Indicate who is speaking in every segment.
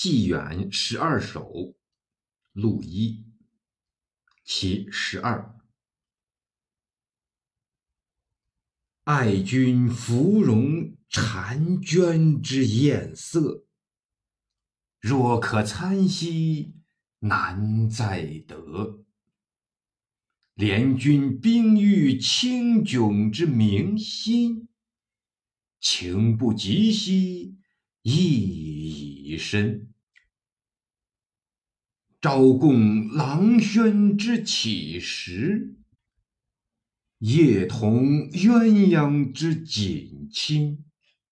Speaker 1: 纪远12首录一其12。爱君芙蓉婵娟之艳色，若可参兮难再得。怜君冰玉清迥之明心，情不及兮意已深。朝共郎轩之启时，夜同鸳鸯之锦衾。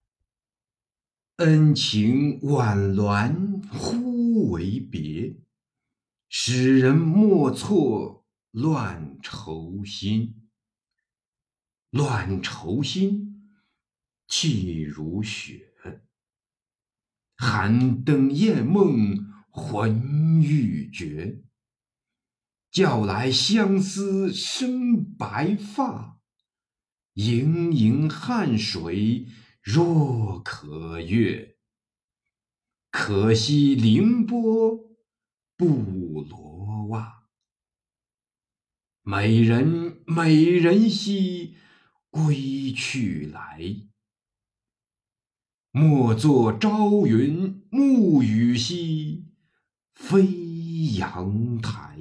Speaker 1: 恩情宛鸾忽为别，使人莫错乱愁心。乱愁心，气如雪，寒灯夜梦魂欲绝。教来相思生白发，盈盈汗水若可阅。可惜凌波不罗袜，美人美人兮归去来。莫作朝云暮雨兮飞扬台。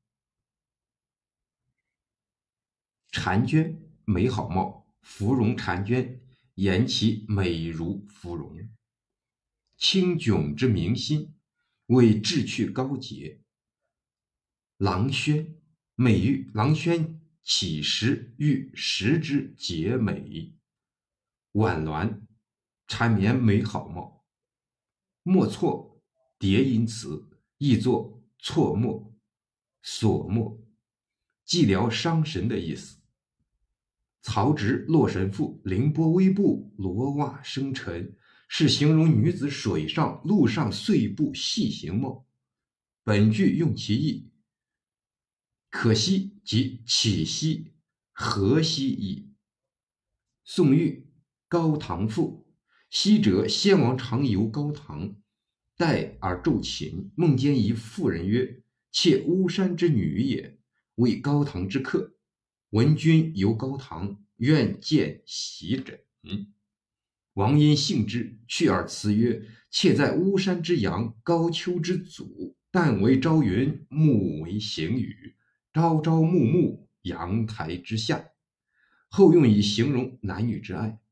Speaker 1: 婵娟美好貌，芙蓉婵娟，言其美如芙蓉。清迥之明心，为志趣高洁。郎轩，美玉郎轩起时欲食之洁美。婉鸾，缠绵美好貌。莫错，叠音词，译作错没、所没，寂寥伤神的意思。曹植《洛神赋》凌波微步，罗袜生尘，是形容女子水上陆上碎步细行貌。本句用其意，可惜即岂惜、何惜矣。宋玉《高唐赋》，昔者先王常游高唐，待而昼寝，梦见一妇人曰：妾巫山之女也，为高唐之客，闻君游高唐，愿见席枕。王因幸之，去而辞曰：妾在巫山之阳，高丘之祖，旦为朝云，暮为行雨，朝朝暮暮，阳台之下。后用以形容男女之爱。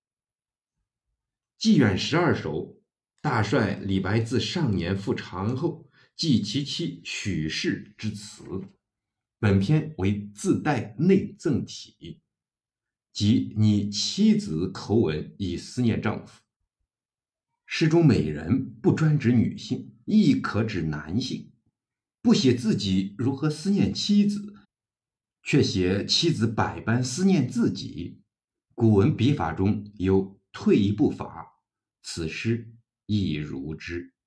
Speaker 1: 纪远12首，大帅李白自上年赴长安后，寄其妻许氏之词。本篇为自带内赠体，即拟妻子口吻以思念丈夫。诗中美人不专指女性，亦可指男性。不写自己如何思念妻子，却写妻子百般思念自己，古文笔法中有退一步法，此诗亦如之。